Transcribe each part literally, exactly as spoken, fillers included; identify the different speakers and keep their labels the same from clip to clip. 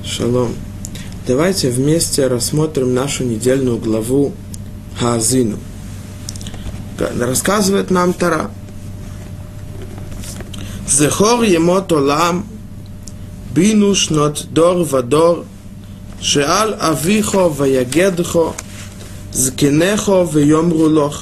Speaker 1: Шалом. Давайте вместе рассмотрим нашу недельную главу Хаазину. Рассказывает нам Тора. Зехор емот олам, бину шнот дор вадор, шеал авихо ваягедхо, зкенехо вейомру лох.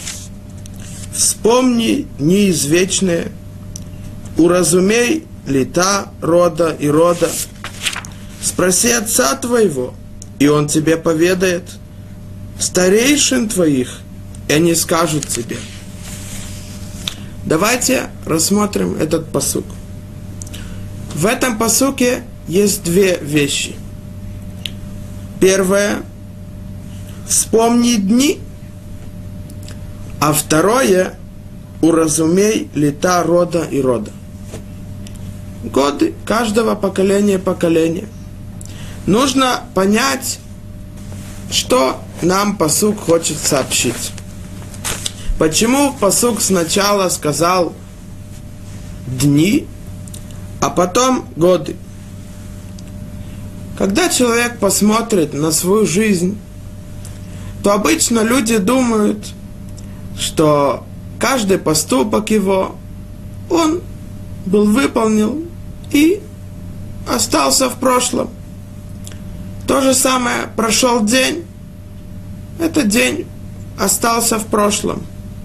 Speaker 1: Вспомни дни извечные, уразумей лета рода и рода. Спроси отца твоего, и он тебе поведает, старейшин твоих, и они скажут тебе. Давайте рассмотрим этот пасук. В этом пасуке есть две вещи. Первое – вспомни дни, а второе – уразумей лета рода и рода. Годы каждого поколения поколения. Нужно понять, что нам пасук хочет сообщить. Почему пасук сначала сказал дни, а потом годы? Когда человек посмотрит на свою жизнь, то обычно люди думают, что каждый поступок его, он был выполнен и остался в прошлом. То же самое, прошел день, этот день остался в прошлом.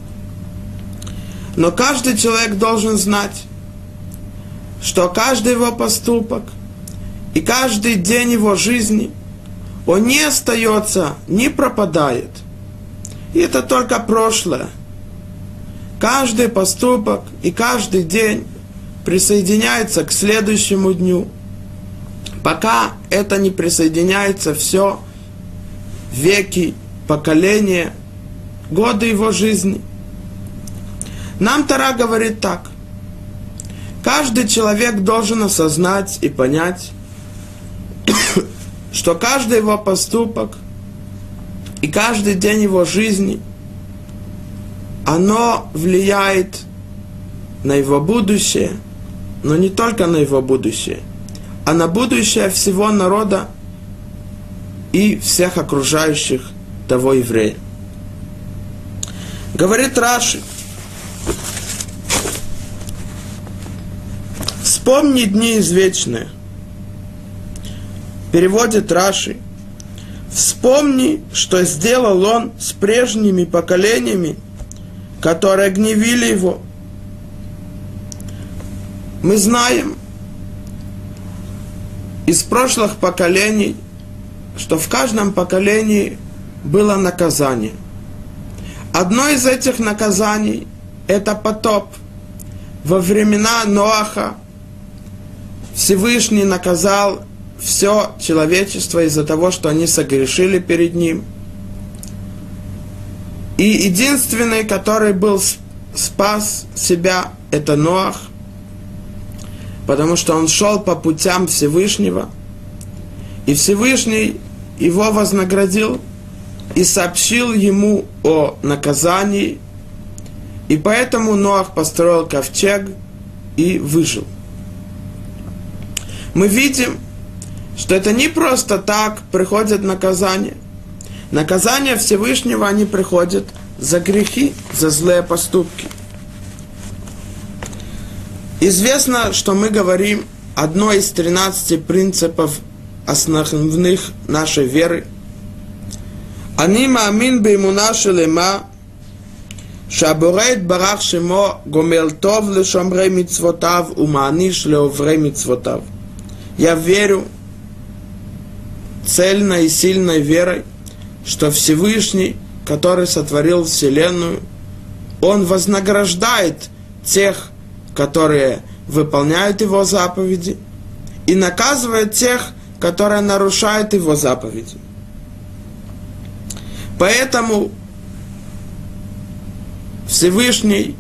Speaker 1: Но каждый человек должен знать, что каждый его поступок и каждый день его жизни, он не остается, не пропадает. И это только прошлое. Каждый поступок и каждый день присоединяется к следующему дню. Пока это не присоединяется все, веки, поколения, годы его жизни. Нам Тора говорит так. Каждый человек должен осознать и понять, что каждый его поступок и каждый день его жизни, оно влияет на его будущее, но не только на его будущее, а на будущее всего народа и всех окружающих того еврея. Говорит Раши: вспомни дни извечные. Переводит Раши: вспомни, что сделал он с прежними поколениями, которые гневили его. Мы знаем из прошлых поколений, что в каждом поколении было наказание. Одно из этих наказаний – это потоп. Во времена Ноаха Всевышний наказал все человечество из-за того, что они согрешили перед ним. И единственный, который был спас себя, это Ноах, потому что он шел по путям Всевышнего, и Всевышний его вознаградил и сообщил ему о наказании, и поэтому Ноах построил ковчег и выжил. Мы видим, что это не просто так приходит наказание. Наказание Всевышнего, они приходят за грехи, за злые поступки. Известно, что мы говорим одно из тринадцати принципов основных нашей веры. Ани маамин беэмуна шелема, שהבורא יתברך שמו גומל טוב לשומרי מצוותיו ומעניש לעוברי מצוותיו. Я верю цельной и сильной верой, что Всевышний, который сотворил Вселенную, Он вознаграждает тех, которые выполняют Его заповеди, и наказывает тех, которые нарушают Его заповеди. Поэтому Всевышний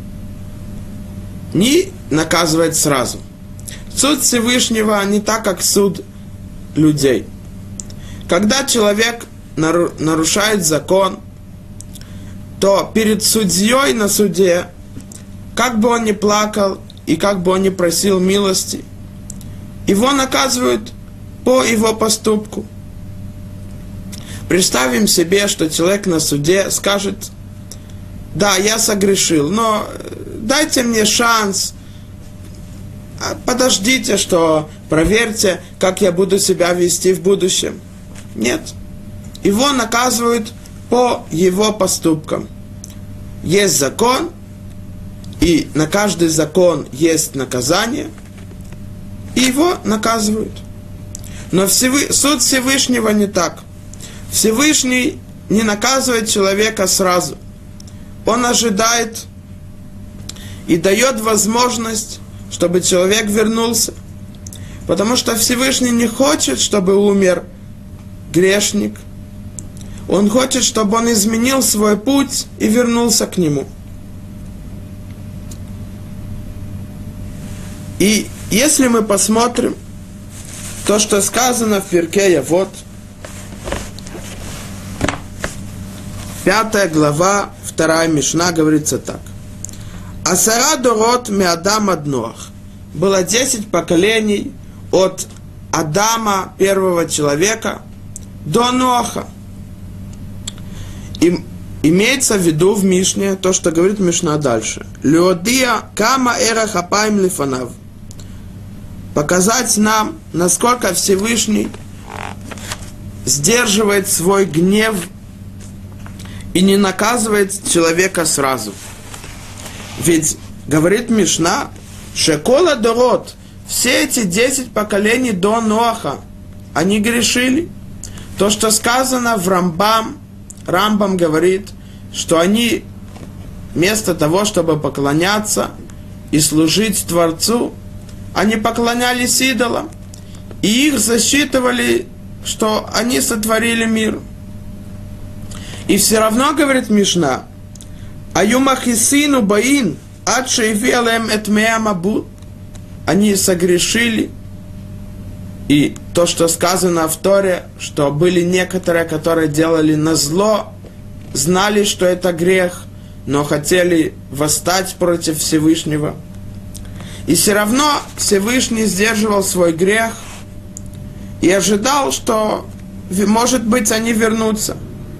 Speaker 1: не наказывает сразу. Суд Всевышнего не так, как суд людей. Когда человек нарушает закон, то перед судьей на суде, как бы он ни плакал и как бы он ни просил милости, его наказывают по его поступку. Представим себе, что человек на суде скажет: да, я согрешил, но дайте мне шанс, подождите, что проверьте, как я буду себя вести в будущем. Нет. Его наказывают по его поступкам. Есть закон, и на каждый закон есть наказание, и его наказывают. Но Всевы... суд Всевышнего не так. Всевышний не наказывает человека сразу. Он ожидает и дает возможность, чтобы человек вернулся. Потому что Всевышний не хочет, чтобы умер грешник. Он хочет, чтобы он изменил свой путь и вернулся к нему. И если мы посмотрим то, что сказано в Перкей Авот, пятая глава, вторая Мишна, говорится так. Асара дорот ме Адам ад Ноах. Было десять поколений от Адама, первого человека, до Ноаха. И имеется в виду в Мишне то, что говорит Мишна дальше. Леодия кама эра хапаим лифанав. Показать нам, насколько Всевышний сдерживает свой гнев и не наказывает человека сразу. Ведь, говорит Мишна, шекола дорот, все эти десять поколений до Ноаха, они грешили. То, что сказано в Рамбам, Рамбам говорит, что они вместо того, чтобы поклоняться и служить Творцу, они поклонялись идолам, и их засчитывали, что они сотворили мир. И все равно, говорит Мишна, аюмахисину баин, адшейвелем этмеамабу, они согрешили. И то, что сказано в Торе, что были некоторые, которые делали назло, знали, что это грех, но хотели восстать против Всевышнего. И все равно Всевышний сдерживал свой грех и ожидал, что, может быть, они вернутся.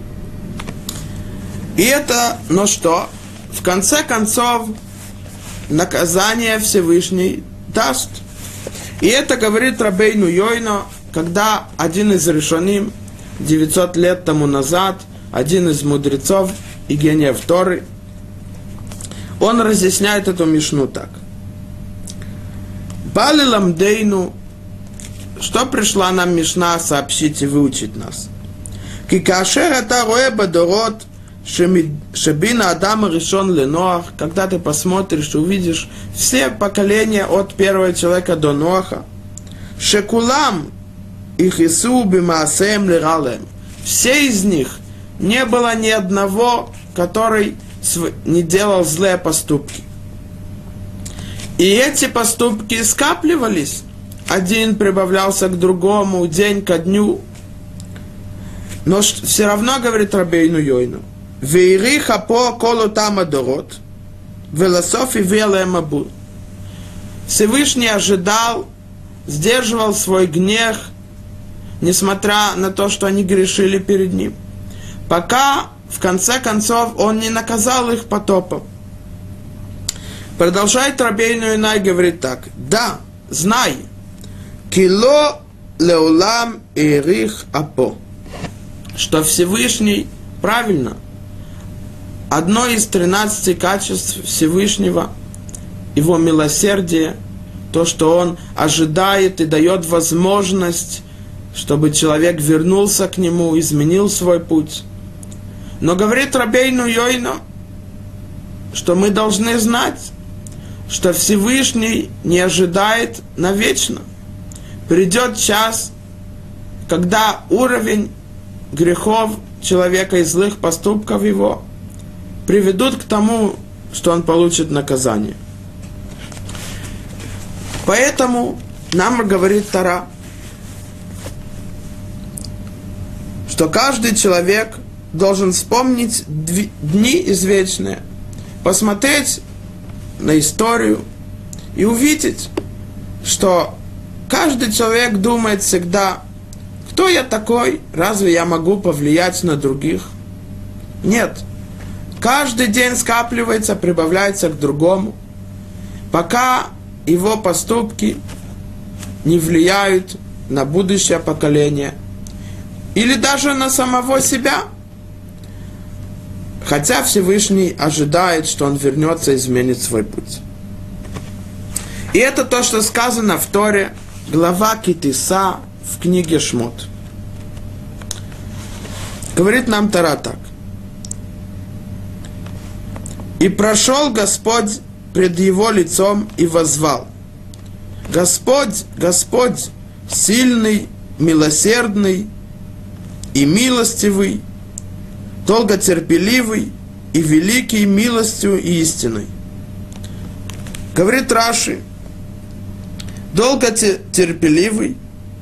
Speaker 1: И это, но что? В конце концов, наказание Всевышний даст. И это говорит Рабейну Йойно, когда один из решоним девятьсот лет тому назад, один из мудрецов и гениев Торы, он разъясняет эту мишну так. Бали ламдейну, что пришла нам мишна сообщить и выучить нас? Кикашер это роэ бадорот шебина Адама решен леноах, когда ты посмотришь, увидишь все поколения от первого человека до Ноаха, шекулам их Ису бимаасеем лиралем, все из них не было ни одного, который не делал злые поступки. И эти поступки скапливались, один прибавлялся к другому, день ко дню. Но все равно, говорит Рабейну Йойну, «Вейриха по колу тама дорот, велософи велем абу». Всевышний ожидал, сдерживал свой гнев, несмотря на то, что они грешили перед ним, пока, в конце концов, он не наказал их потопом. Продолжает Рабейну Йонай, говорит так: «Да, знай, кило леулам эрих апо», что Всевышний, правильно, одно из тринадцати качеств Всевышнего, его милосердие, то, что он ожидает и дает возможность, чтобы человек вернулся к нему, изменил свой путь. Но говорит Рабейну Йойно, что мы должны знать, что Всевышний не ожидает навечно. Придет час, когда уровень грехов человека и злых поступков его приведут к тому, что он получит наказание. Поэтому нам говорит Тора, что каждый человек должен вспомнить дни извечные, посмотреть на историю и увидеть, что каждый человек думает всегда, кто я такой, разве я могу повлиять на других? Нет. Каждый день скапливается, прибавляется к другому, пока его поступки не влияют на будущее поколение или даже на самого себя. Хотя Всевышний ожидает, что он вернется и изменит свой путь. И это то, что сказано в Торе, глава Китиса в книге Шмот. Говорит нам Тора так. «И прошел Господь пред его лицом и воззвал: Господь, Господь, сильный, милосердный и милостивый, долготерпеливый и великий милостью и истиной». Говорит Раши, долготерпеливый,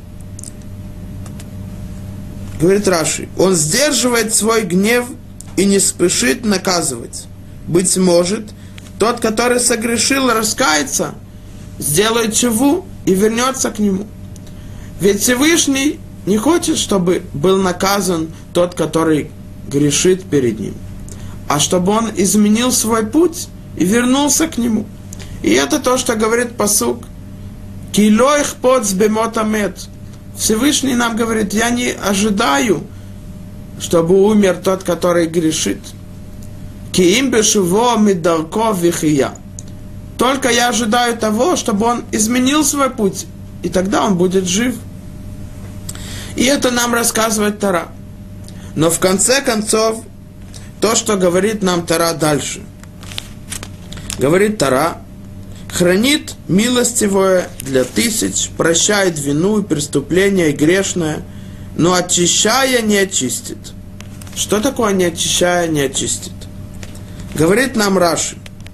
Speaker 1: говорит Раши, он сдерживает свой гнев и не спешит наказывать. Быть может, тот, который согрешил, раскается, сделает чуву и вернется к нему. Ведь Всевышний не хочет, чтобы был наказан тот, который грешит перед ним, а чтобы он изменил свой путь и вернулся к нему. И это то, что говорит пасук. «Килоих поц бемотамет». Всевышний нам говорит, я не ожидаю, чтобы умер тот, который грешит. «Киим бешуво мидарко вихия». Только я ожидаю того, чтобы он изменил свой путь, и тогда он будет жив. И это нам рассказывает Тора. Но в конце концов, то, что говорит нам Тора дальше. Говорит Тора, хранит милостивое для тысяч, прощает вину и преступление и грешное, но очищая не очистит. Что такое не очищая не очистит? Говорит нам Раши.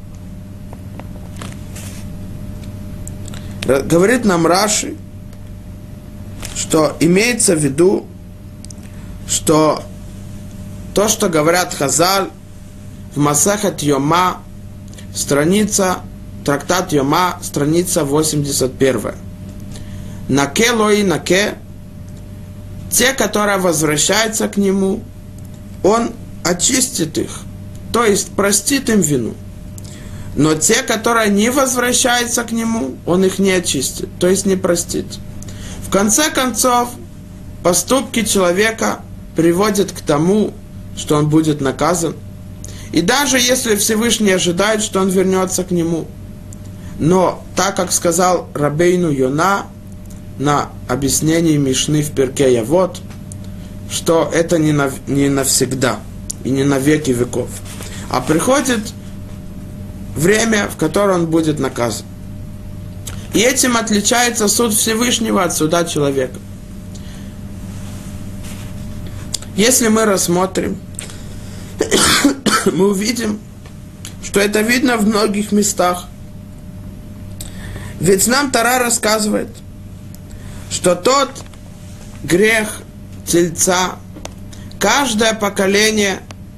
Speaker 1: Говорит нам Раши, что имеется в виду, что то, что говорят Хазаль в Масахат Йома, страница, трактат Йома, страница восемьдесят первая. Наке лои наке, те, которые возвращаются к нему, он очистит их, то есть простит им вину. Но те, которые не возвращаются к нему, он их не очистит, то есть не простит. В конце концов, поступки человека приводят к тому, что он будет наказан. И даже если Всевышний ожидает, что он вернется к нему, но так как сказал Рабейну Йона на объяснении Мишны в Перке Явот, что это не, нав- не навсегда и не на веки веков, а приходит время, в которое он будет наказан. И этим отличается суд Всевышнего от суда человека. Если мы рассмотрим, мы увидим, что это видно в многих местах. Ведь нам Тора рассказывает, что тот грех тельца, каждое поколение,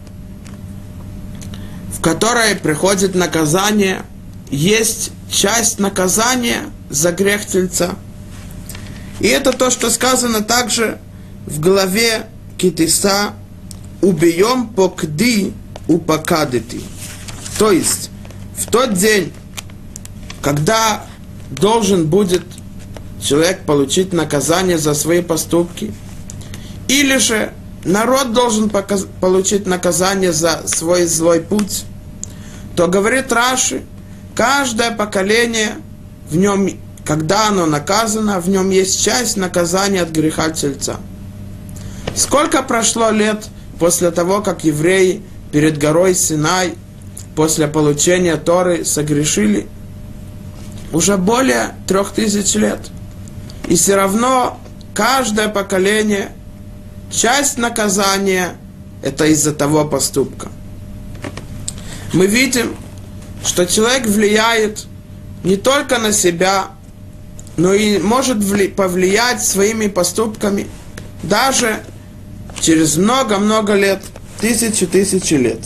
Speaker 1: в которое приходит наказание, есть часть наказания за грех тельца. И это то, что сказано также в главе Китиса «Убьем покди упокадити». То есть, в тот день, когда должен будет человек получить наказание за свои поступки, или же народ должен показ- получить наказание за свой злой путь, то, говорит Раши, каждое поколение, в нем, когда оно наказано, в нем есть часть наказания от греха тельца. Сколько прошло лет после того, как евреи перед горой Синай, после получения Торы, согрешили? Уже более трех тысяч лет. И все равно каждое поколение, часть наказания, это из-за того поступка. Мы видим, что человек влияет не только на себя, но и может повлиять своими поступками даже через много-много лет, тысячи-тысячи лет.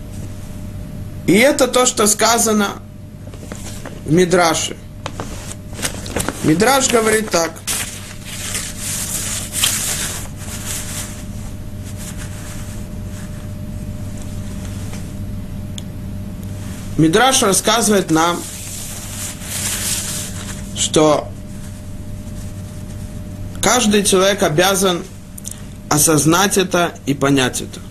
Speaker 1: И это то, что сказано в Мидраше. Мидраш говорит так. Мидраш рассказывает нам, что каждый человек обязан осознать это и понять это.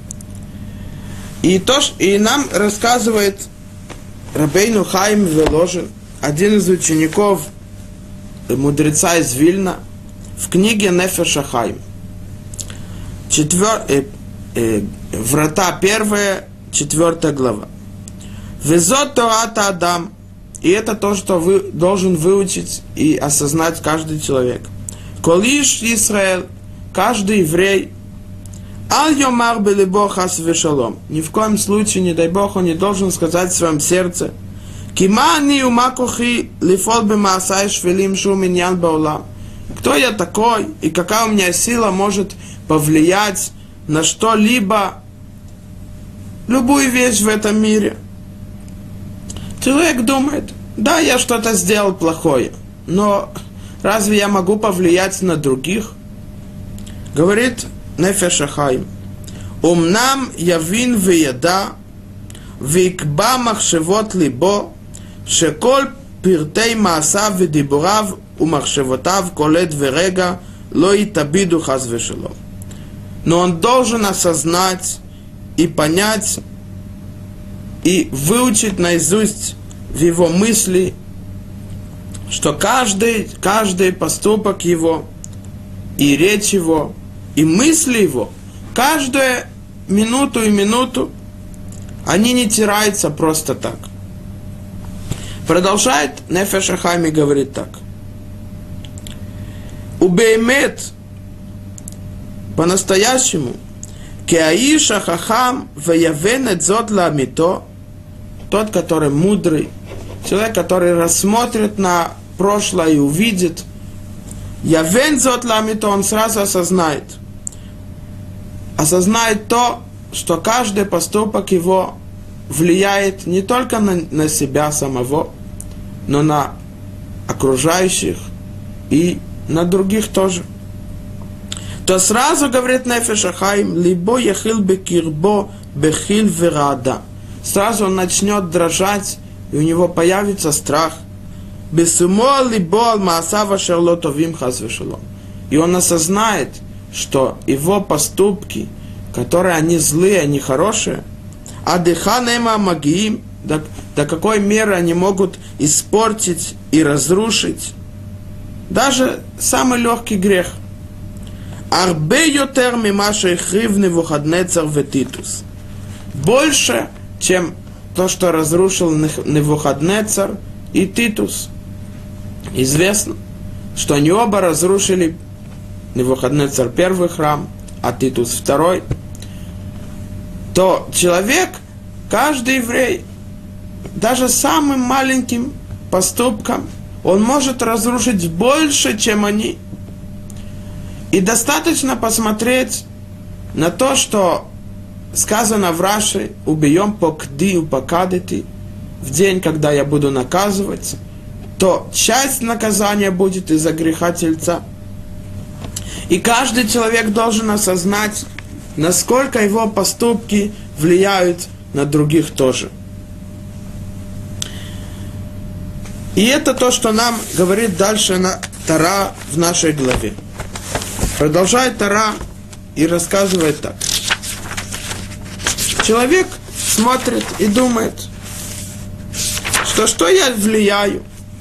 Speaker 1: И, то, и нам рассказывает Рабейну Хаим Воложин, один из учеников мудреца из Вильна, в книге Нефеш ха-Хаим. Четвер... Э, э, врата первая, четвертая глава. Везот Тората Адам. И это то, что вы должен выучить и осознать каждый человек. Колиш Исраэль, каждый еврей, Аль Йомар Белибо Хас Вешалом. Ни в коем случае, не дай Бог, он не должен сказать в своем сердце: Кимани умакухи лифол бемаасай швелим шуминьян баулам. Кто я такой и какая у меня сила может повлиять на что-либо, любую вещь в этом мире. Человек думает: да, я что-то сделал плохое, но разве я могу повлиять на других? Говорит Нефеш ха-Хаим: Умнам явин веяда викба махшевот либо шекол пиртей маасав ведибурав умахшевотав колет верега ло итабиду хас вешалом. Но он должен осознать и понять и выучить наизусть в его мысли, что каждый, каждый поступок его, и речь его, и мысли его, каждую минуту и минуту, они не теряются просто так. Продолжает Нефеш ха-Хаим и говорит так. Убеймет, по-настоящему, кеаиша хахам ваявенет зот ламито, тот, который мудрый, человек, который рассмотрит на прошлое и увидит, явен зот ламито, он сразу осознает, осознает то, что каждый поступок его влияет не только на, на себя самого, но на окружающих и на других тоже. То сразу, говорит Нефеш ха-Хаим, либо яхил бекирбо бехил верада. Сразу он начнет дрожать, и у него появится страх. Бесумо либо маасава шерлотовим хас вешалом. И он осознает, что его поступки, которые они злые, они хорошие, а дыханема магиим, до, до какой меры они могут испортить и разрушить даже самый легкий грех. Арбе йотер мимаша ихрив Невухаднецар ветитус. Больше, чем то, что разрушил Невухаднецар и Титус. Известно, что они оба разрушили, Невухаднецар первый храм, а Титус второй. То человек, каждый еврей, даже самым маленьким поступком, он может разрушить больше, чем они. И достаточно посмотреть на то, что сказано в Раши: убьем покди упокадити, в день, когда я буду наказывать, то часть наказания будет из-за греха тельца. И каждый человек должен осознать, насколько его поступки влияют на других тоже. И это то, что нам говорит дальше на Тора в нашей главе. Продолжает Тора и рассказывает так. Человек смотрит и думает, что что я влияю?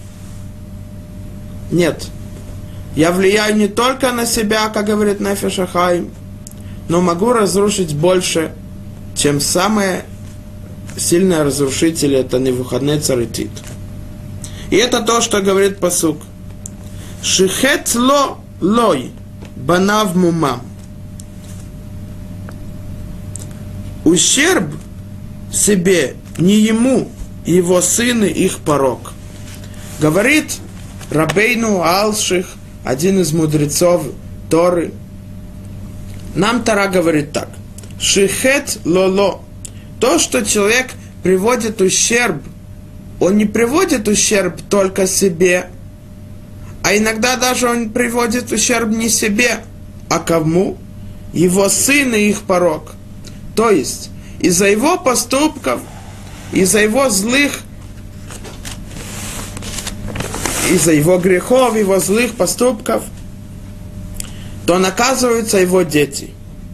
Speaker 1: Нет. Я влияю не только на себя, как говорит Нефеш ха-Хаим, но могу разрушить больше, чем самые сильные разрушители, это Невухаднецар и Тит. И это то, что говорит пасук. Шихет ло лой банав мумам. Ущерб себе не ему, его сыны, их порок. Говорит Рабейну Алших, один из мудрецов Торы. Нам Тора говорит так. Шихет лоло. То, что человек приводит ущерб, он не приводит ущерб только себе, А иногда даже он приводит ущерб не себе, а кому? Его сын и их порок. То есть, из-за его поступков, из-за его злых, из-за его грехов, его злых поступков, то наказываются его дети.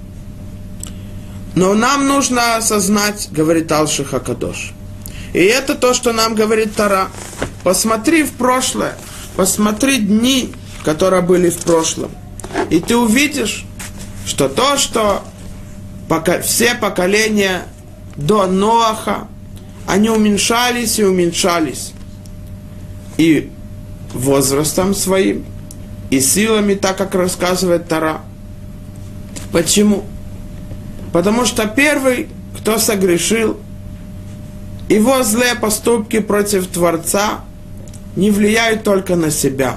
Speaker 1: Но нам нужно осознать, говорит Алших ха-Кадош. И это то, что нам говорит Тора. Посмотри в прошлое, посмотри дни, которые были в прошлом. И ты увидишь, что то, что пока, все поколения до Ноаха, они уменьшались и уменьшались. И возрастом своим, и силами, так как рассказывает Тора. Почему? Потому что первый, кто согрешил, его злые поступки против Творца не влияют только на себя,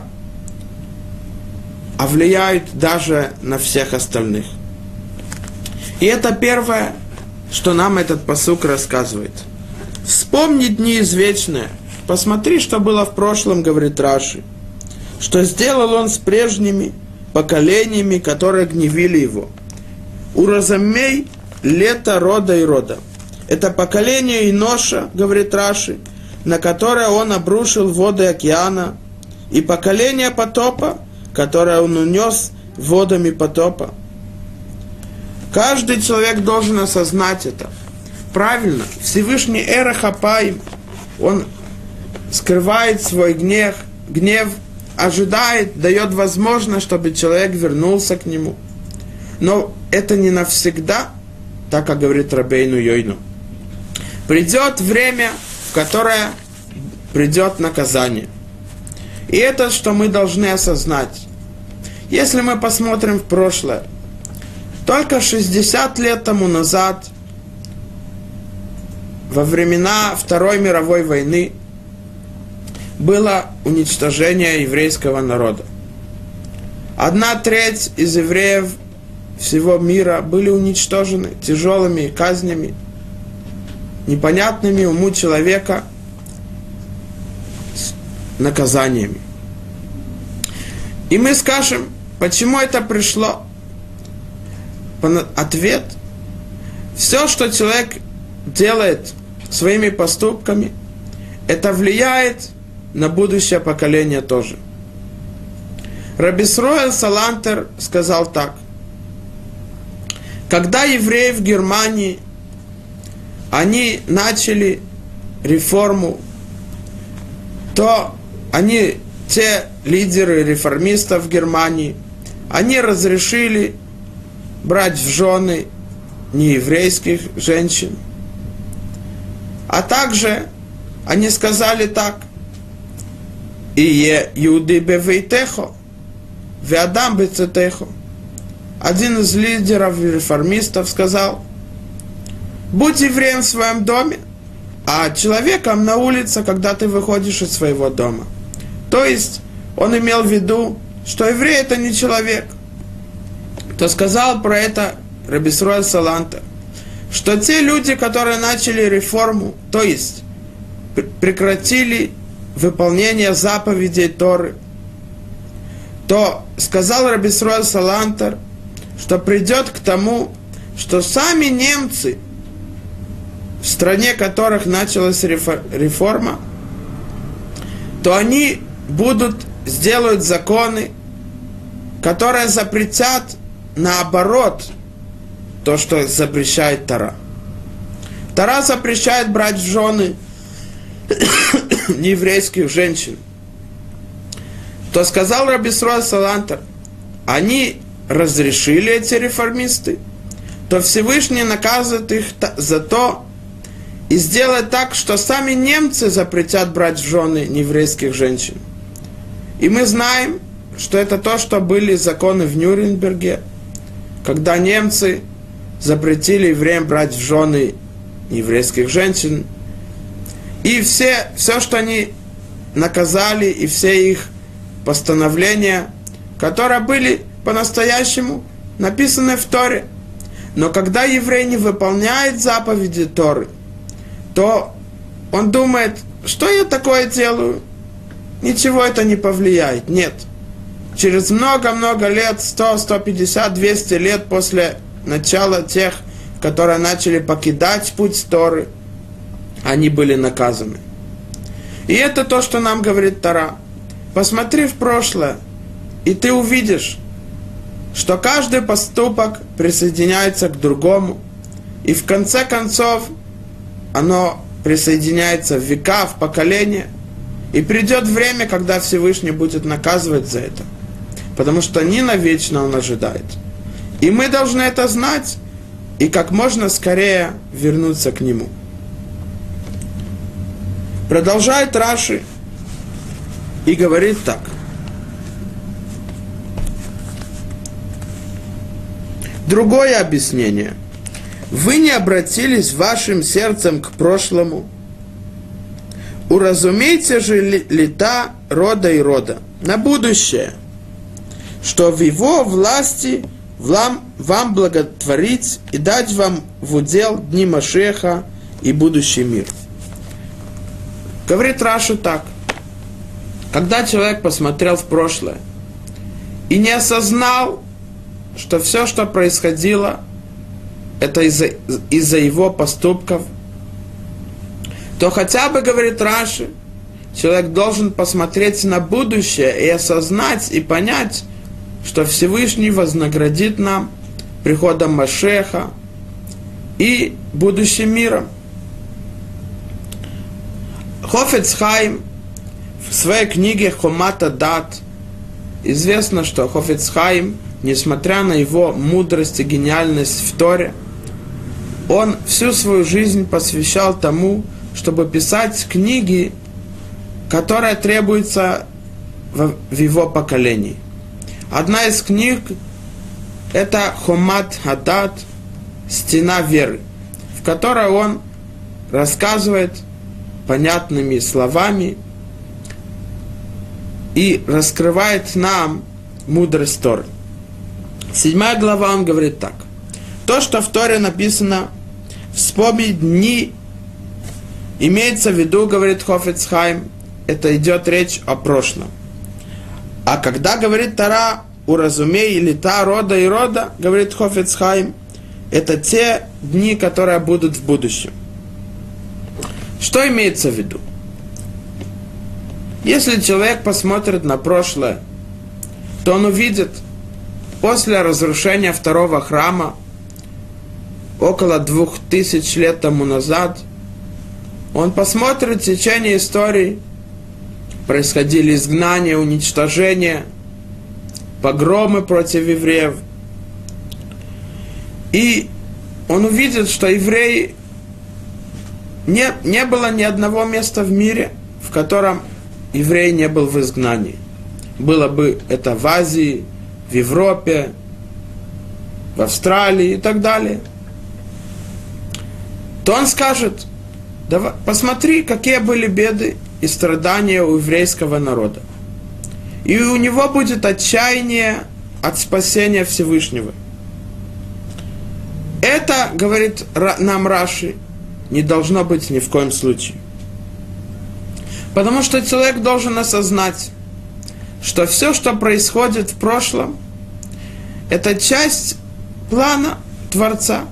Speaker 1: а влияют даже на всех остальных. И это первое, что нам этот пасук рассказывает. Вспомни дни извечные. Посмотри, что было в прошлом, говорит Раши. Что сделал он с прежними поколениями, которые гневили его. Уразумей лето рода и рода. Это поколение Иноша, говорит Раши, на которое он обрушил воды океана, и поколение потопа, которое он унес водами потопа. Каждый человек должен осознать это. Правильно, Всевышний Эрech Апаим, он скрывает свой гнев, гнев, ожидает, дает возможность, чтобы человек вернулся к нему. Но это не навсегда, так как говорит Рабейну Йойну. Придет время, в которое придет наказание. И это, что мы должны осознать. Если мы посмотрим в прошлое, только шестьдесят лет тому назад, во времена Второй мировой войны, было уничтожение еврейского народа. Одна треть из евреев всего мира были уничтожены тяжелыми казнями, непонятными уму человека наказаниями. И мы скажем, почему это пришло? Ответ: все, что человек делает своими поступками, это влияет на будущее поколение тоже. Раби Исроэль Салантер сказал так: когда евреи в Германии, они начали реформу, то они, те лидеры реформистов в Германии, они разрешили брать в жены нееврейских женщин. А также они сказали так: «Ие юды бевейтехо, веадам бецетехо». Один из лидеров реформистов сказал: будь евреем в своем доме, а человеком на улице, когда ты выходишь из своего дома. То есть он имел в виду, что еврей это не человек. То сказал про это Раби Исроэль Салантер, что те люди, которые начали реформу, то есть прекратили выполнение заповедей Торы, то сказал Раби Исроэль Салантер, что придет к тому, что сами немцы, в стране которых началась реформа, то они будут, сделают законы, которые запретят наоборот то, что запрещает Тора. Тора запрещает брать в жены нееврейских женщин. То сказал Раби Исроэль Салантер, они разрешили, эти реформисты, то Всевышний наказывает их за то и сделает так, что сами немцы запретят брать в жены нееврейских женщин. И мы знаем, что это то, что были законы в Нюрнберге, когда немцы запретили евреям брать в жены еврейских женщин. И все, все, что они наказали, и все их постановления, которые были по-настоящему написаны в Торе. Но когда еврей не выполняет заповеди Торы, то он думает, что я такое делаю? ничего это не повлияет. Нет. Через много-много лет, сто, сто пятьдесят, двести лет после начала тех, которые начали покидать путь Торы, они были наказаны. И это то, что нам говорит Тора. Посмотри в прошлое, и ты увидишь, что каждый поступок присоединяется к другому, и в конце концов оно присоединяется в века, в поколения, и придет время, когда Всевышний будет наказывать за это, потому что не навечно он ожидает. И мы должны это знать, и как можно скорее вернуться к нему. Продолжает Раши и говорит так. Другое объяснение. Вы не обратились вашим сердцем к прошлому. Уразумейте же лета рода и рода на будущее, что в его власти вам, вам благотворить и дать вам в удел дни Машеха и будущий мир. Говорит Раши так. Когда человек посмотрел в прошлое и не осознал, что все, что происходило, это из-за, из-за его поступков, то хотя бы, говорит Раши, человек должен посмотреть на будущее и осознать и понять, что Всевышний вознаградит нам приходом Машеха и будущим миром. Хофец Хаим в своей книге Хомат ха-Дат известно, что Хофец Хаим, несмотря на его мудрость и гениальность в Торе, он всю свою жизнь посвящал тому, чтобы писать книги, которые требуются в его поколении. Одна из книг – это Хомат ха-Дат, «Стена веры», в которой он рассказывает понятными словами и раскрывает нам мудрость Торы. Седьмая глава, он говорит так. То, что в Торе написано «Вспомни дни», имеется в виду, говорит Хофец Хаим, это идет речь о прошлом. А когда говорит Тора «Уразумей лета рода и рода», говорит Хофец Хаим, это те дни, которые будут в будущем. Что имеется в виду? Если человек посмотрит на прошлое, то он увидит, после разрушения второго храма, около двух тысяч лет тому назад, он посмотрит в течение истории, происходили изгнания, уничтожения, погромы против евреев. И он увидит, что евреи, не, не было ни одного места в мире, в котором еврей не был в изгнании. Было бы это в Азии, в Европе, в Австралии и так далее. То он скажет, давай, посмотри, какие были беды и страдания у еврейского народа. И у него будет отчаяние от спасения Всевышнего. Это, говорит нам Раши, не должно быть ни в коем случае. Потому что человек должен осознать, что все, что происходит в прошлом, это часть плана Творца.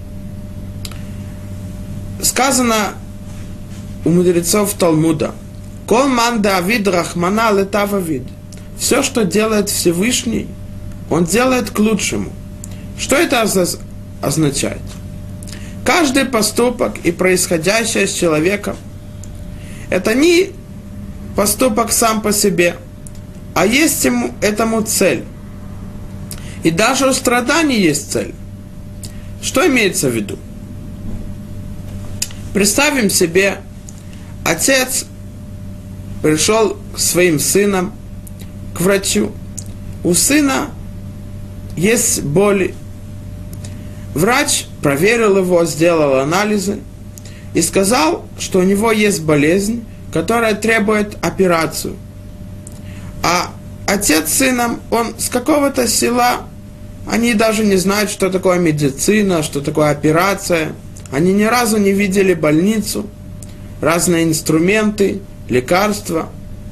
Speaker 1: Сказано у мудрецов Талмуда: «Кол ман Давид рахмана летав авид». Все, что делает Всевышний, он делает к лучшему. Что это означает? Каждый поступок и происходящее с человеком – это не поступок сам по себе, а есть ему, этому цель. И даже у страданий есть цель. Что имеется в виду? Представим себе, отец пришел к своим сынам, к врачу. У сына есть боли. Врач проверил его, сделал анализы и сказал, что у него есть болезнь, которая требует операцию. А отец с сыном, он с какого-то села, они даже не знают, что такое медицина, что такое операция. Они ни разу не видели больницу, разные инструменты, лекарства.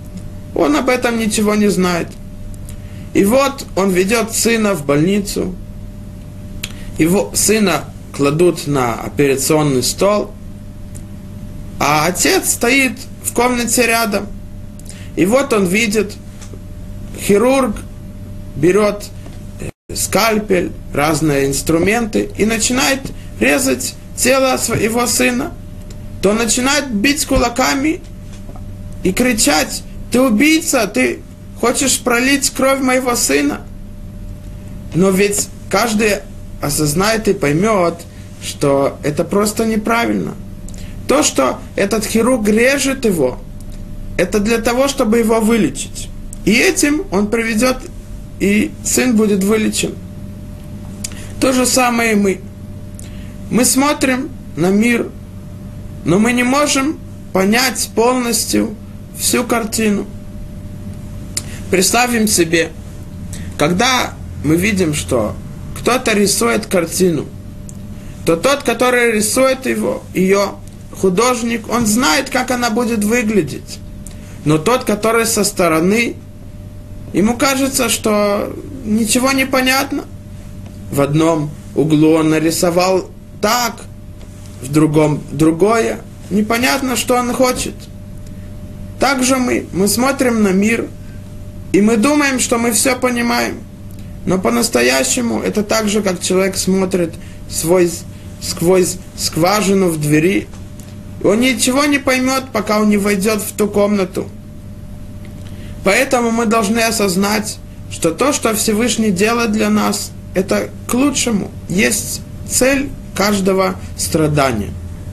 Speaker 1: Он об этом ничего не знает. И вот он ведет сына в больницу. Его сына кладут на операционный стол, а отец стоит в комнате рядом. И вот он видит, хирург берет скальпель, разные инструменты и начинает резать тело своего сына. То начинает бить кулаками и кричать: «Ты убийца, ты хочешь пролить кровь моего сына?» Но ведь каждый осознает и поймет, что это просто неправильно. То, что этот хирург режет его, это для того, чтобы его вылечить. И этим он приведет, и сын будет вылечен. То же самое и мы. Мы смотрим на мир, но мы не можем понять полностью всю картину. Представим себе, когда мы видим, что кто-то рисует картину, то тот, который рисует его, ее, художник, он знает, как она будет выглядеть. Но тот, который со стороны, ему кажется, что ничего не понятно. В одном углу он нарисовал так, в другом другое. Непонятно, что он хочет. Так же мы, мы смотрим на мир, и мы думаем, что мы все понимаем. Но по-настоящему это так же, как человек смотрит свой, сквозь скважину в двери. Он ничего не поймет, пока он не войдет в ту комнату. Поэтому мы должны осознать, что то, что Всевышний делает для нас, это к лучшему. Есть цель каждого страдания.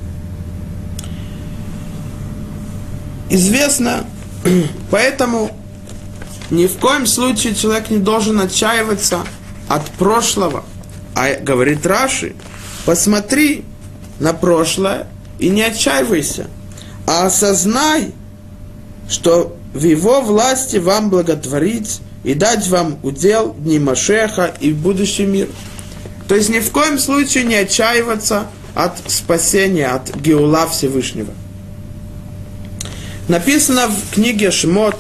Speaker 1: Известно, поэтому ни в коем случае человек не должен отчаиваться от прошлого. А говорит Раши: посмотри на прошлое и не отчаивайся, а осознай, что в его власти вам благотворить и дать вам удел дни Машеха и будущий мир. То есть ни в коем случае не отчаиваться от спасения, от Геула Всевышнего. Написано в книге Шмот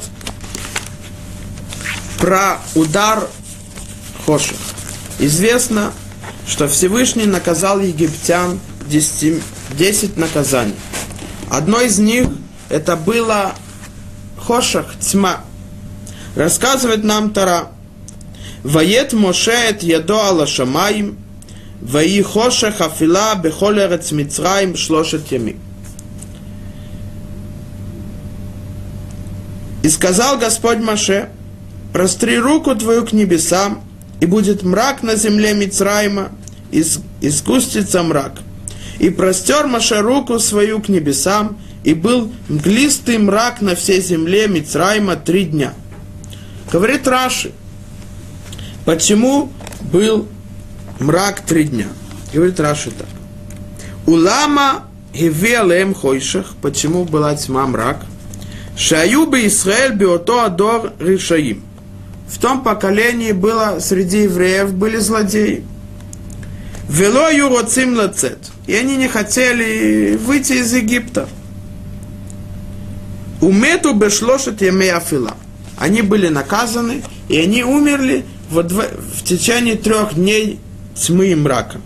Speaker 1: про удар Хошех. Известно, что Всевышний наказал египтян десять наказаний. Одно из них это было Хошех, тьма. Рассказывает нам Тора: «Вает Моше эт ядо ала шамаим, ваи хошех афила бехол эрец Мицраим шлошет ямим». И сказал Господь Моше: «Простри руку твою к небесам, и будет мрак на земле Мицраима, и сгустится мрак. И простер Моше руку свою к небесам, и был мглистый мрак на всей земле Мицраима три дня». Говорит Раши, почему был мрак три дня? Говорит Раши так: «Улама геви алеем хойшех». Почему была тьма, мрак? «Шаю бе Исраэль биото адор ришаим». В том поколении было, среди евреев были злодеи. «Вело юроцим лацет». И они не хотели выйти из Египта. «Умету бешлошет ямей афила». Они были наказаны, и они умерли в, дв... в течение трех дней тьмы и мрака.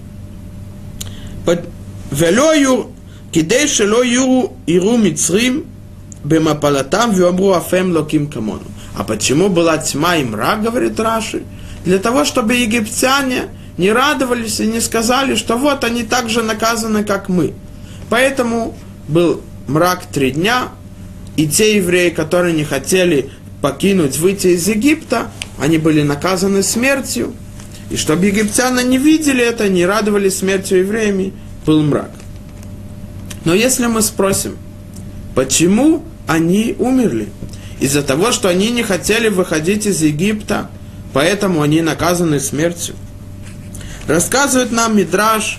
Speaker 1: «Вело кидей шело юру иру мицрим бемапалатам веомру афем локим камону». А почему была тьма и мрак, говорит Раши? Для того, чтобы египтяне не радовались и не сказали, что вот они так же наказаны, как мы. Поэтому был мрак три дня, и те евреи, которые не хотели покинуть, выйти из Египта, они были наказаны смертью. И чтобы египтяне не видели это, не радовались смертью евреями, был мрак. Но если мы спросим, почему они умерли? Из-за того, что они не хотели выходить из Египта, поэтому они наказаны смертью. Рассказывает нам Мидраш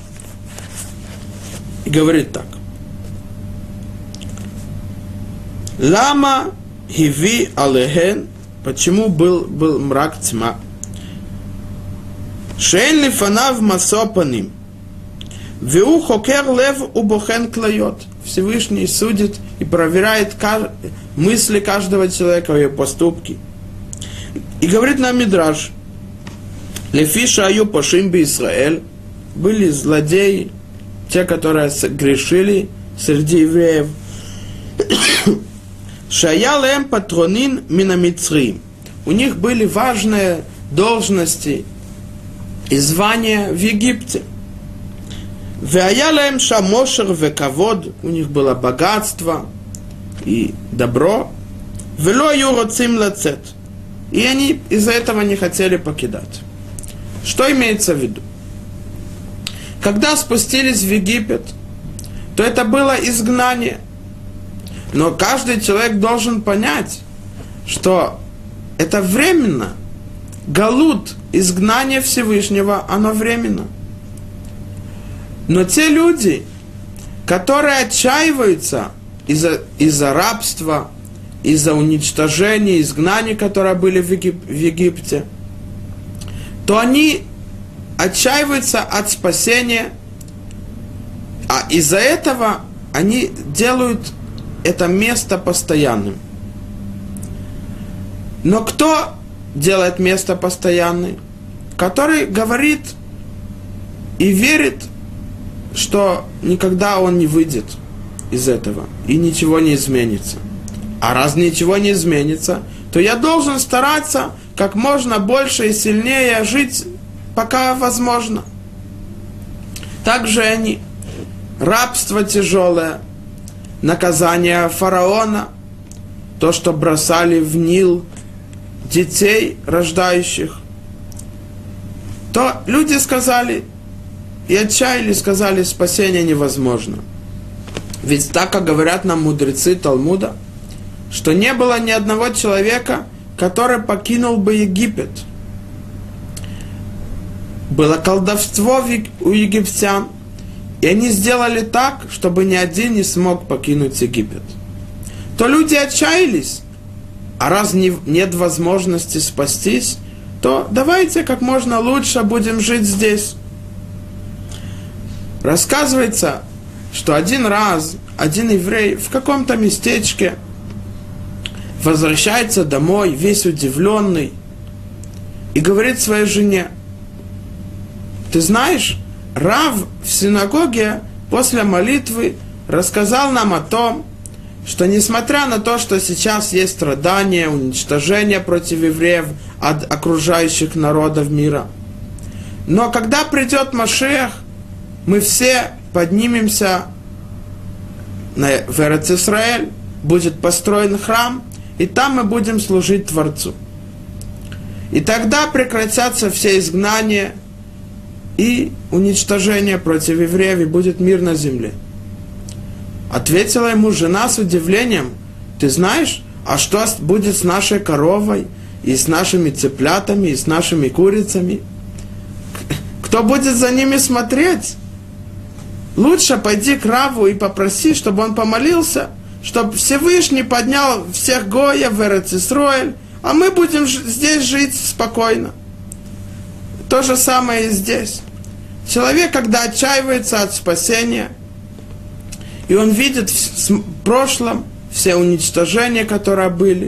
Speaker 1: и говорит так: «Лама гиви алехен». Почему был, был мрак, тьма? «Шейн лифанав масопаним, веу хокер лев убохен клайот». Всевышний судит и проверяет мысли каждого человека, ее поступки. И говорит нам Мидраш, Лефиша аю пошим би Исраэль, были злодеи, те, которые грешили среди евреев. Шая лэм патронин минамицрим. У них были важные должности и звания в Египте. Вая лэм шамошер векавод. У них было богатство и добро. Вело ю роцим лацет. И они из-за этого не хотели покидать. Что имеется в виду? Когда спустились в Египет, то это было изгнание. Но каждый человек должен понять, что это временно. Галут, изгнание Всевышнего, оно временно. Но те люди, которые отчаиваются из-за, из-за рабства, из-за уничтожения, изгнаний, которые были в, Егип- в Египте, то они отчаиваются от спасения, а из-за этого они делают это место постоянным. Но кто делает место постоянным? Который говорит и верит, что никогда он не выйдет из этого и ничего не изменится. А раз ничего не изменится, то я должен стараться как можно больше и сильнее жить, пока возможно. Также они. Рабство тяжелое, наказание фараона, то, что бросали в Нил детей рождающих, то люди сказали и отчаялись, сказали, спасение невозможно. Ведь так, как говорят нам мудрецы Талмуда, что не было ни одного человека, который покинул бы Египет. Было колдовство у египтян, и они сделали так, чтобы ни один не смог покинуть Египет. То люди отчаялись, а раз не, нет возможности спастись, то давайте как можно лучше будем жить здесь. Рассказывается, что один раз один еврей в каком-то местечке возвращается домой, весь удивленный, и говорит своей жене: ты знаешь, Рав в синагоге после молитвы рассказал нам о том, что несмотря на то, что сейчас есть страдания, уничтожение против евреев от окружающих народов мира, но когда придет Машиах, мы все поднимемся в Эрец-Исраэль, будет построен храм, и там мы будем служить Творцу. И тогда прекратятся все изгнания и уничтожение против евреев, и будет мир на земле. Ответила ему жена с удивлением: ты знаешь, а что будет с нашей коровой, и с нашими цыплятами, и с нашими курицами? Кто будет за ними смотреть? Лучше пойди к Раву и попроси, чтобы он помолился, чтобы Всевышний поднял всех гоев в Эрец-Исраэль, а мы будем здесь жить спокойно. То же самое и здесь. Человек, когда отчаивается от спасения, и он видит в прошлом все уничтожения, которые были,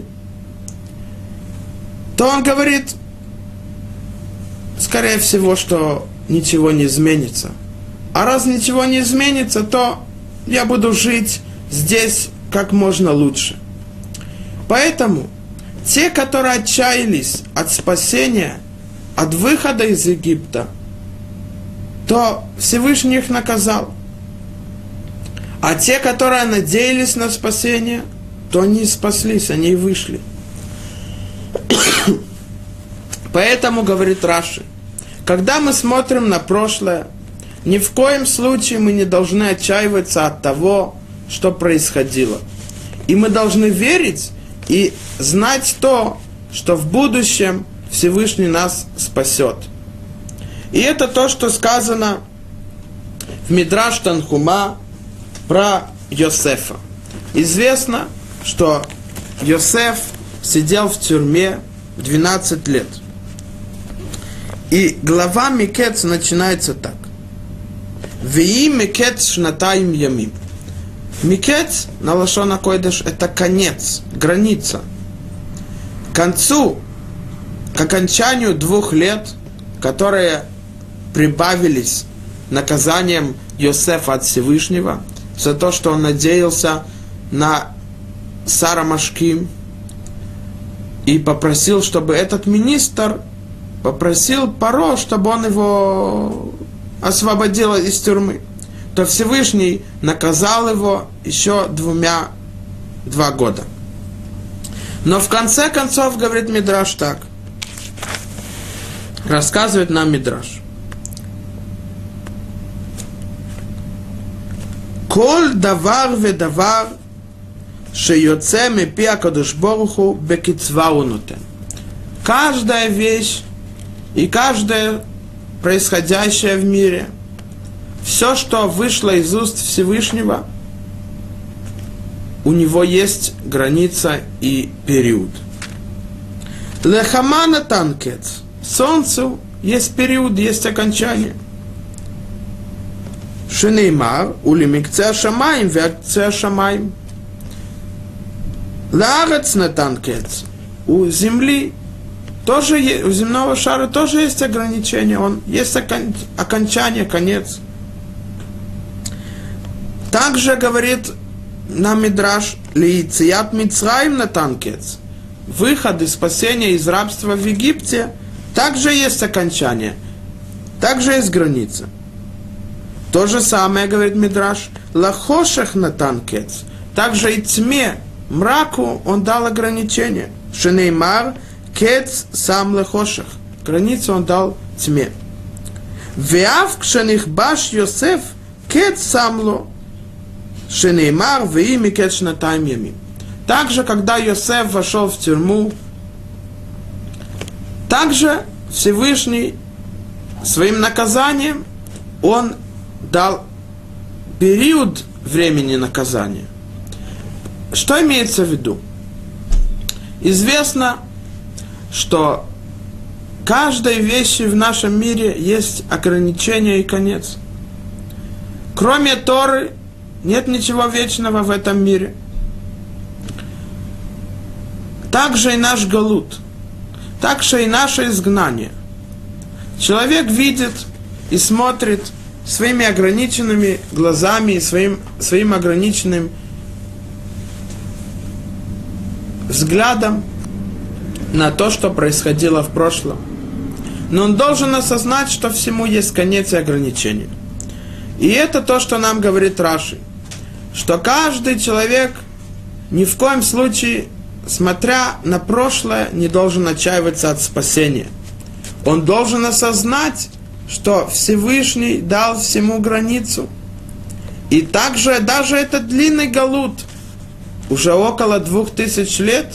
Speaker 1: то он говорит, скорее всего, что ничего не изменится. А раз ничего не изменится, то я буду жить здесь как можно лучше. Поэтому те, которые отчаялись от спасения, от выхода из Египта, то Всевышний их наказал. А те, которые надеялись на спасение, то они спаслись, они и вышли. Поэтому, говорит Раши, когда мы смотрим на прошлое, ни в коем случае мы не должны отчаиваться от того, что происходило. И мы должны верить и знать то, что в будущем Всевышний нас спасет. И это то, что сказано в Мидраш Танхума про Йосефа. Известно, что Йосеф сидел в тюрьме двенадцать лет. И глава Микец начинается так. Вии Микец шнатаим ямим. Микец на лашон койдеш — это конец, граница. К концу, к окончанию двух лет, которые прибавились наказанием Йосефа от Всевышнего за то, что он надеялся на Сара Машким и попросил, чтобы этот министр попросил Паро, чтобы он его освободил из тюрьмы, то Всевышний наказал его еще двумя, два года. Но в конце концов, говорит Мидраш так, рассказывает нам Мидраш. Коль давар ве давар шеёце мепи акадош борух ху бекицва он нотен. Каждая вещь и каждое происходящее в мире, все, что вышло из уст Всевышнего, у него есть граница и период. Лехамана танкец. Солнцу есть период, есть окончание. Шенеймар, улимикце шамаим, векце шамаим. Лаарец на танкец. У земли тоже, у земного шара тоже есть ограничение, он есть окон, окончание, конец. Также говорит нам Мидраш, лиицият Мицраим на танкец. Выход и спасение из рабства в Египте также есть окончание, также есть граница. То же самое, говорит Мидраш, лахошах на танкец. Также и тьме, мраку он дал ограничение. Шенеймар, кец сам лахошах. Границу он дал тьме. Веав кшених баш Йосеф, кец сам ло. Шенеймар, веими кец шнатайм ямим. Также, когда Йосеф вошел в тюрьму, также Всевышний своим наказанием он дал период времени наказания. Что имеется в виду? Известно, что каждой вещи в нашем мире есть ограничение и конец. Кроме Торы нет ничего вечного в этом мире. Также и наш галут, также и наше изгнание. Человек видит и смотрит своими ограниченными глазами и своим, своим ограниченным взглядом на то, что происходило в прошлом. Но он должен осознать, что всему есть конец и ограничение. И это то, что нам говорит Раши, что каждый человек ни в коем случае, смотря на прошлое, не должен отчаиваться от спасения. Он должен осознать, что Всевышний дал всему границу. И также даже этот длинный галут, уже около двух тысяч лет,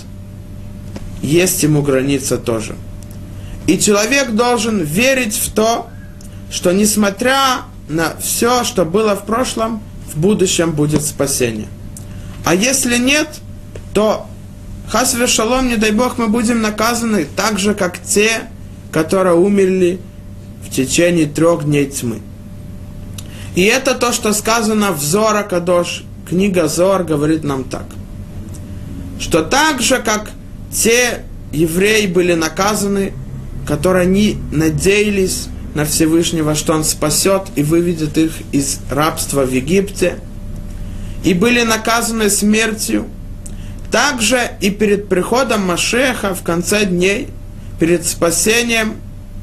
Speaker 1: есть ему граница тоже. И человек должен верить в то, что несмотря на все, что было в прошлом, в будущем будет спасение. А если нет, то хас вешалом, не дай Бог, мы будем наказаны так же, как те, которые умерли в течение трех дней тьмы. И это то, что сказано в Зоар Кадош, книга Зоар говорит нам так, что так же, как те евреи были наказаны, которые не надеялись на Всевышнего, что Он спасет и выведет их из рабства в Египте, и были наказаны смертью, также и перед приходом Машеха в конце дней, перед спасением,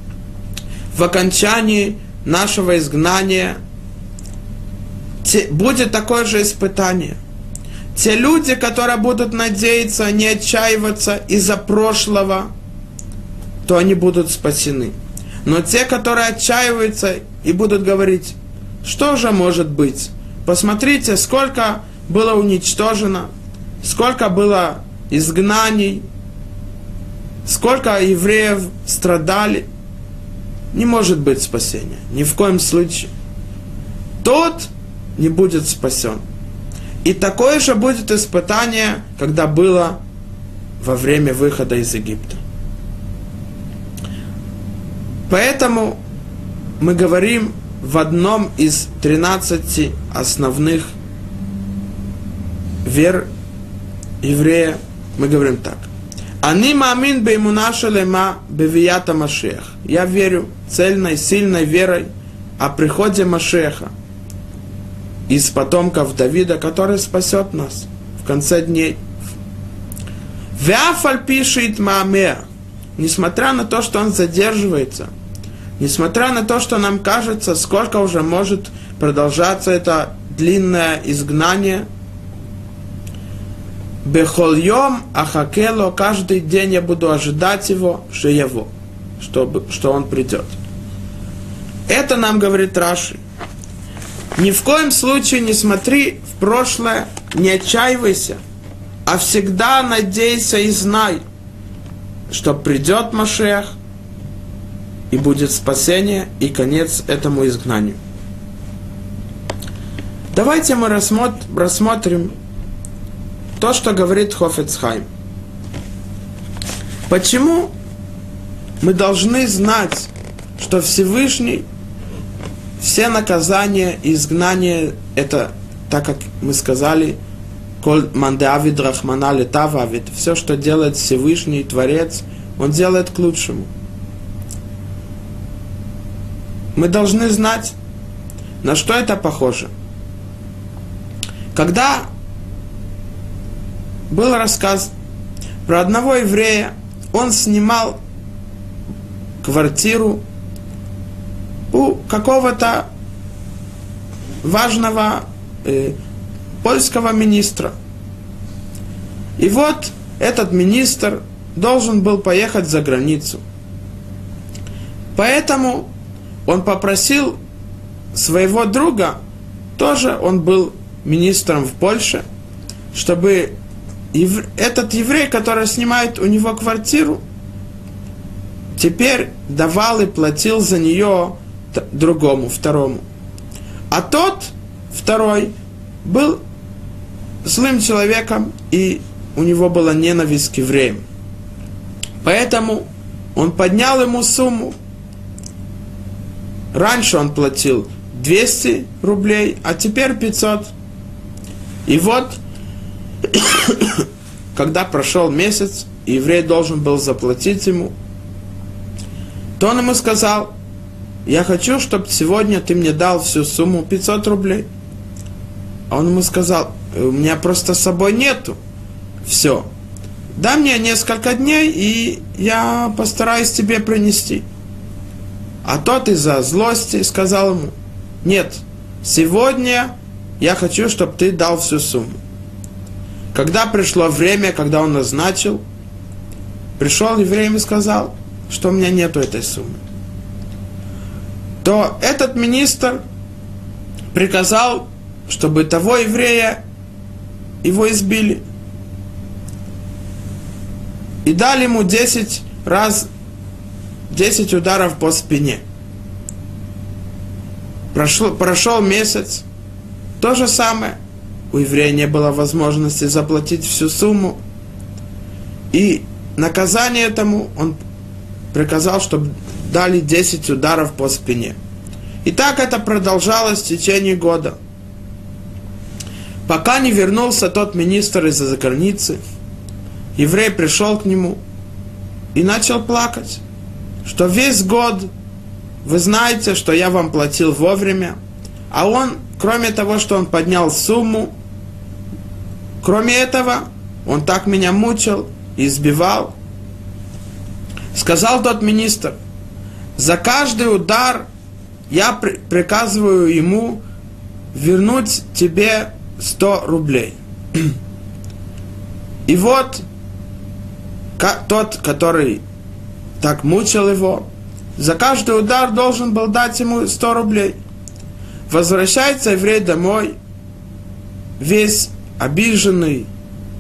Speaker 1: в окончании нашего изгнания, те, будет такое же испытание. Те люди, которые будут надеяться, не отчаиваться из-за прошлого, то они будут спасены. Но те, которые отчаиваются и будут говорить, что же может быть? Посмотрите, сколько было уничтожено, сколько было изгнаний, сколько евреев страдали. Не может быть спасения, ни в коем случае. Тот не будет спасен. И такое же будет испытание, когда было во время выхода из Египта. Поэтому мы говорим в одном из тринадцати основных вер еврея, мы говорим так. Ани маамин беймуна шелема бевията Машех. Я верю цельной, сильной верой о приходе Машеха из потомков Давида, который спасет нас в конце дней. Веафаль пишет маамеа. Несмотря на то, что он задерживается, несмотря на то, что нам кажется, сколько уже может продолжаться это длинное изгнание, бехольем ахакело, каждый день я буду ожидать его, что его, чтобы, что он придет. Это нам говорит Раши. Ни в коем случае не смотри в прошлое, не отчаивайся, а всегда надейся и знай, что придет Машиах, и будет спасение, и конец этому изгнанию. Давайте мы рассмотрим, рассмотрим то, что говорит Хофец Хаим. Почему мы должны знать, что Всевышний все наказания и изгнания, это, так как мы сказали, коль мандеавид рахмана летававид, все, что делает Всевышний Творец, он делает к лучшему. Мы должны знать, на что это похоже. Когда был рассказ про одного еврея, он снимал квартиру у какого-то важного э, польского министра. И вот этот министр должен был поехать за границу. Поэтому он попросил своего друга, тоже он был министром в Польше, чтобы ев... этот еврей, который снимает у него квартиру, теперь давал и платил за нее другому, второму. А тот, второй, был злым человеком, и у него была ненависть к евреям. Поэтому он поднял ему сумму. Раньше он платил двести рублей, а теперь пятьсот. И вот, когда прошел месяц, и еврей должен был заплатить ему, то он ему сказал: я хочу, чтобы сегодня ты мне дал всю сумму пятьсот рублей. А он ему сказал: у меня просто с собой нету. Все. Дай мне несколько дней, и я постараюсь тебе принести. А тот из-за злости сказал ему: нет, сегодня я хочу, чтобы ты дал всю сумму. Когда пришло время, когда он назначил, пришел еврей и сказал, что у меня нету этой суммы. То этот министр приказал, чтобы того еврея его избили. И дали ему десять раз, десять ударов по спине. Прошел, прошел месяц. То же самое. У еврея не было возможности заплатить всю сумму. И наказание этому он приказал, чтобы дали десять ударов по спине. И так это продолжалось в течение года. Пока не вернулся тот министр из-за границы, еврей пришел к нему и начал плакать, что весь год вы знаете, что я вам платил вовремя, а он, кроме того, что он поднял сумму, кроме этого, он так меня мучил и избивал. Сказал тот министр: за каждый удар я при- приказываю ему вернуть тебе сто рублей. И вот тот, который так мучил его, за каждый удар должен был дать ему сто рублей. Возвращается еврей домой, весь обиженный,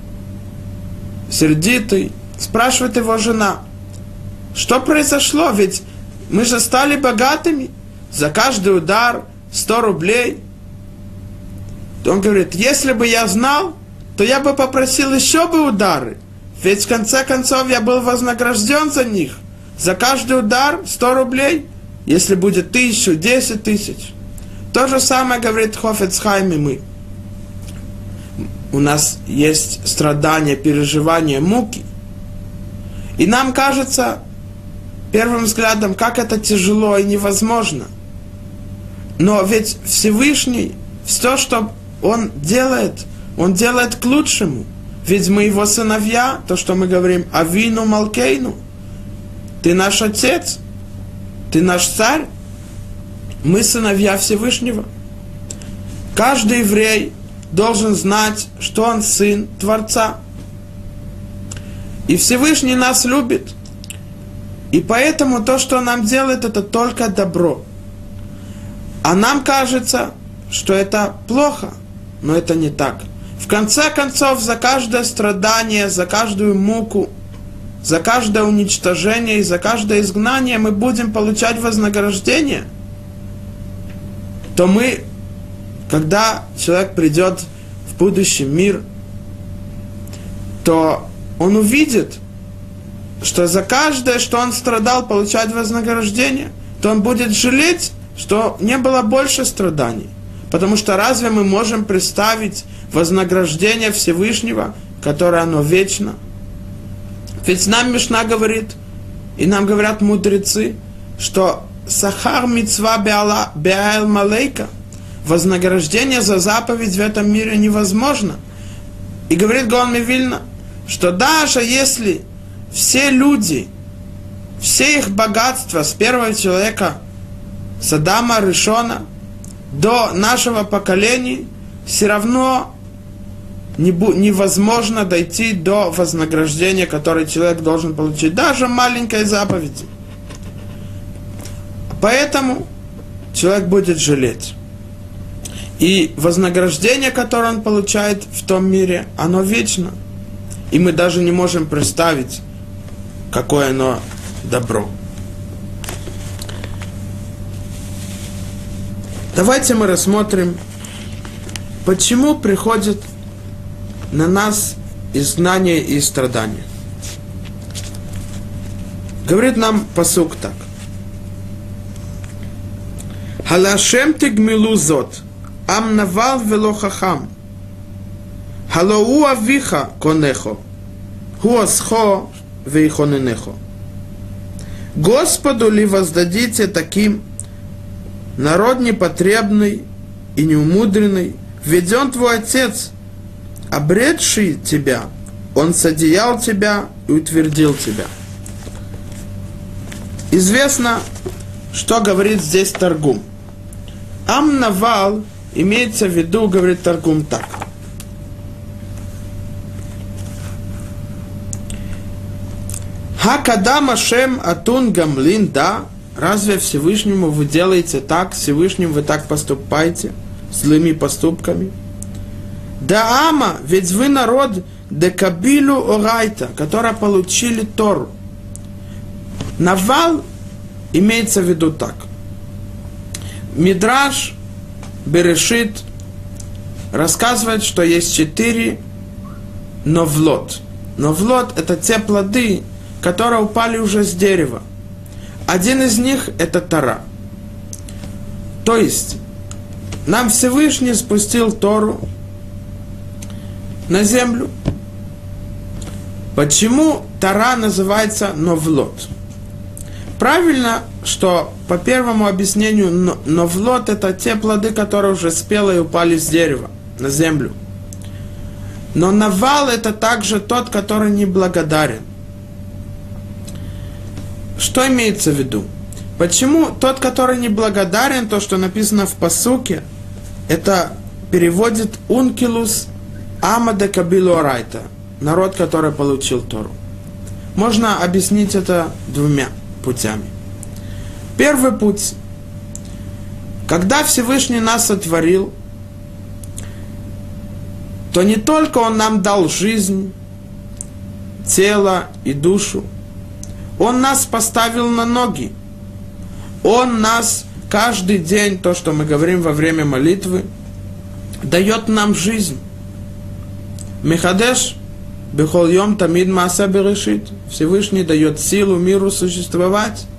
Speaker 1: сердитый, спрашивает его жена: что произошло? Ведь мы же стали богатыми, за каждый удар сто рублей. Он говорит: если бы я знал, то я бы попросил еще бы удары. Ведь в конце концов я был вознагражден за них. За каждый удар сто рублей, если будет тысячу, десять тысяч. То же самое говорит Хофец Хаим и мы. у нас есть страдания, переживания, муки. И нам кажется, первым взглядом, как это тяжело и невозможно. Но ведь Всевышний, все, что Он делает, Он делает к лучшему. Ведь мы Его сыновья, то, что мы говорим, Авину Малкейну. Ты наш Отец, Ты наш Царь, мы сыновья Всевышнего. Каждый еврей должен знать, что он сын Творца. И Всевышний нас любит. И поэтому то, что он нам делает, это только добро. А нам кажется, что это плохо, но это не так. В конце концов, за каждое страдание, за каждую муку, за каждое уничтожение и за каждое изгнание мы будем получать вознаграждение. То мы, когда человек придет в будущий мир, то он увидит, что за каждое, что он страдал, получать вознаграждение, то он будет жалеть, что не было больше страданий. Потому что разве мы можем представить вознаграждение Всевышнего, которое оно вечно? Ведь нам Мишна говорит, и нам говорят мудрецы, что сахар мицва беаэл малейка, вознаграждение за заповедь в этом мире невозможно. И говорит Гаон Мивильна, что даже если все люди, все их богатства с первого человека, с Адама Ришона, до нашего поколения, все равно невозможно дойти до вознаграждения, которое человек должен получить, даже маленькой заповеди. Поэтому человек будет жалеть. И вознаграждение, которое он получает в том мире, оно вечно. И мы даже не можем представить, какое оно добро. Давайте мы рассмотрим, почему приходит на нас изгнание и страдания. Говорит нам пасук так. Халашем тигмилу зот, ам навал вело хахам. Халоу авиха конехо, хуасхо вейхоненехо. Господу ли воздадите таким, народ непотребный и неумудренный, ведь он твой отец, обретший тебя, он содеял тебя и утвердил тебя. Известно, что говорит здесь Таргум. Ам-Навал имеется в виду, говорит Таргум так. Хакадам Ашем Атун Гамлин, да, разве Всевышнему вы делаете так, Всевышнему вы так поступаете, злыми поступками? Да ама, ведь вы народ декабилу орайта, которые получили Тору. Навал имеется в виду так. Мидраш Берешит рассказывает, что есть четыре новлот. Новлот – это те плоды, которые упали уже с дерева. Один из них – это Тора. То есть, нам Всевышний спустил Тору на землю. Почему Тора называется новлот? Правильно, что по первому объяснению новлот – это те плоды, которые уже спело и упали с дерева на землю. Но навал – это также тот, который неблагодарен. Что имеется в виду? Почему тот, который неблагодарен, то, что написано в пасуке, это переводит ункилус амаде кабилу орайта, народ, который получил Тору. Можно объяснить это двумя путями. Первый путь. Когда Всевышний нас сотворил, то не только Он нам дал жизнь, тело и душу, Он нас поставил на ноги. Он нас каждый день, то, что мы говорим во время молитвы, дает нам жизнь. Мехадеш бехол йом тамид мааса берешит. Всевышний дает силу миру существовать.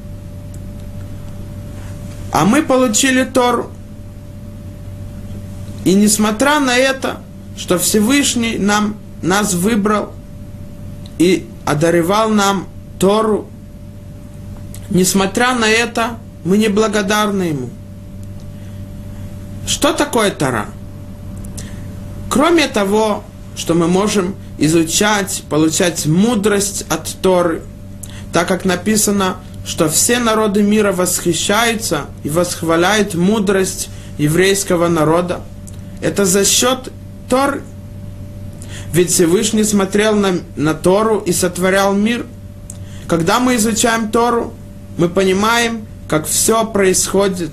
Speaker 1: А мы получили Тору. И несмотря на это, что Всевышний нам, нас выбрал и одаревал нам Тору. Несмотря на это, мы неблагодарны Ему. Что такое Тора? Кроме того, что мы можем изучать, получать мудрость от Торы, так как написано, что все народы мира восхищаются и восхваляют мудрость еврейского народа. Это за счет Торы. Ведь Всевышний смотрел на, на Тору и сотворял мир. Когда мы изучаем Тору, мы понимаем, как все происходит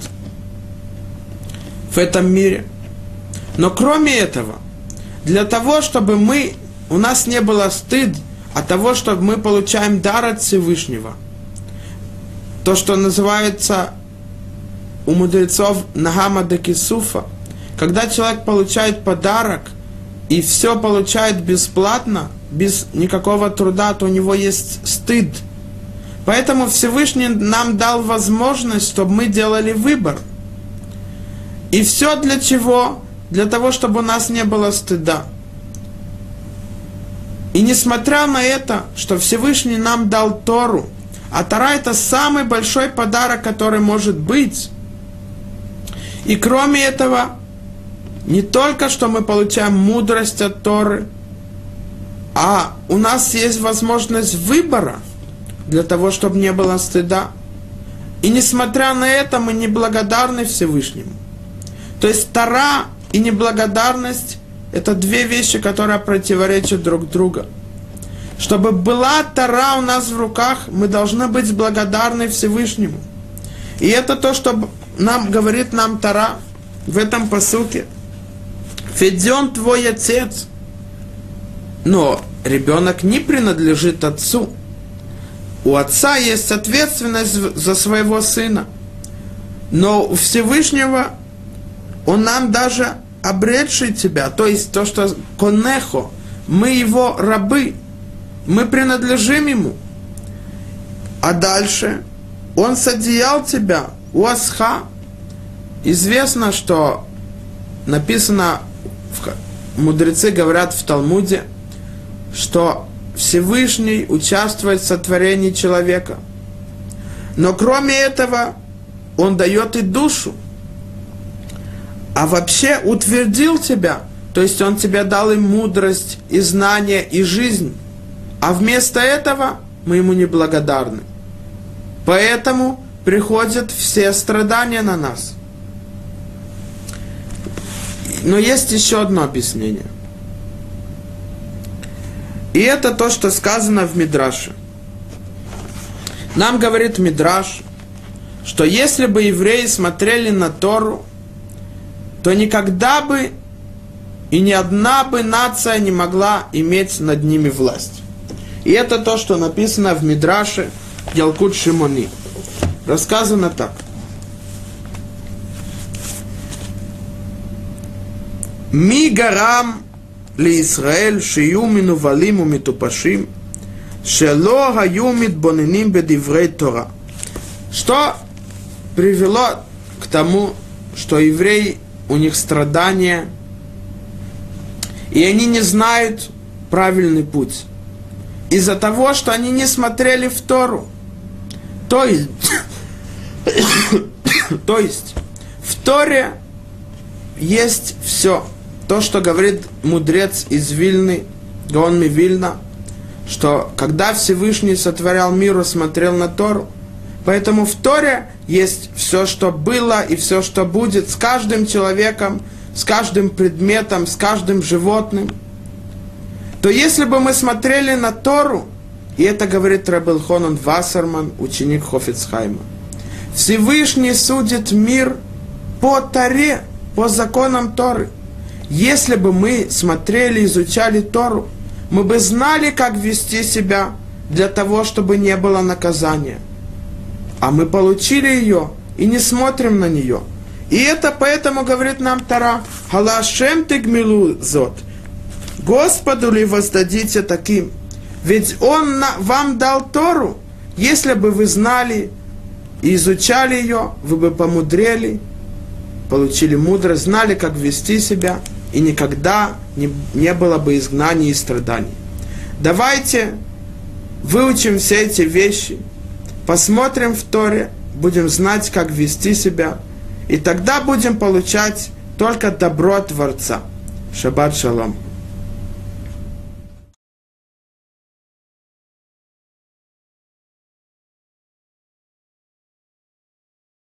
Speaker 1: в этом мире. Но кроме этого, для того, чтобы мы, у нас не было стыд от того, что мы получаем дар от Всевышнего, то, что называется у мудрецов Нагама де Кисуфа, когда человек получает подарок и все получает бесплатно, без никакого труда, то у него есть стыд. Поэтому Всевышний нам дал возможность, чтобы мы делали выбор. И все для чего? Для того, чтобы у нас не было стыда. И несмотря на это, что Всевышний нам дал Тору, а Тора это самый большой подарок, который может быть. И кроме этого, не только что мы получаем мудрость от Торы, а у нас есть возможность выбора для того, чтобы не было стыда. И несмотря на это, мы неблагодарны Всевышнему. То есть Тора и неблагодарность – это две вещи, которые противоречат друг другу. Чтобы была Тора у нас в руках, мы должны быть благодарны Всевышнему. И это то, что нам говорит нам Тора в этом пасуке. «Феден твой отец». Но ребенок не принадлежит отцу. У отца есть ответственность за своего сына. Но у Всевышнего он нам даже обретший тебя, то есть то, что конехо, мы его рабы, мы принадлежим ему. А дальше он содеял тебя, уасха. Известно, что написано, мудрецы говорят в Талмуде, что Всевышний участвует в сотворении человека. Но кроме этого, он дает и душу. А вообще утвердил тебя, то есть он тебе дал и мудрость, и знание, и жизнь. А вместо этого мы ему неблагодарны. Поэтому приходят все страдания на нас. Но есть еще одно объяснение. И это то, что сказано в Мидраше. Нам говорит Мидраш, что если бы евреи смотрели на Тору, то никогда бы и ни одна бы нация не могла иметь над ними власть. И это то, что написано в Мидраше Ялкут Шимони. Рассказано так. Ми гарам ли Исраэль шию минувалим у митупашим, шело хаю митбоненим бедиврей Тора. Что привело к тому, что евреи, у них страдания, и они не знают правильный путь. Из-за того, что они не смотрели в Тору. То есть, то есть в Торе есть все. То, что говорит мудрец из Вильны, Гаон Мивильна, что когда Всевышний сотворял мир, он смотрел на Тору. Поэтому в Торе есть все, что было и все, что будет с каждым человеком, с каждым предметом, с каждым животным. То если бы мы смотрели на Тору, и это говорит Рабби Элхонан Вассерман, ученик Хофец Хайма, Всевышний судит мир по Торе, по законам Торы. Если бы мы смотрели, изучали Тору, мы бы знали, как вести себя для того, чтобы не было наказания. А мы получили ее и не смотрим на нее. И это поэтому говорит нам Тора: «Халашем тегмилу зот». Господу ли воздадите таким? Ведь Он на, вам дал Тору. Если бы вы знали и изучали ее, вы бы помудрели, получили мудрость, знали, как вести себя, и никогда не, не было бы изгнаний и страданий. Давайте выучим все эти вещи, посмотрим в Торе, будем знать, как вести себя, и тогда будем получать только добро от Творца. Шаббат шалом.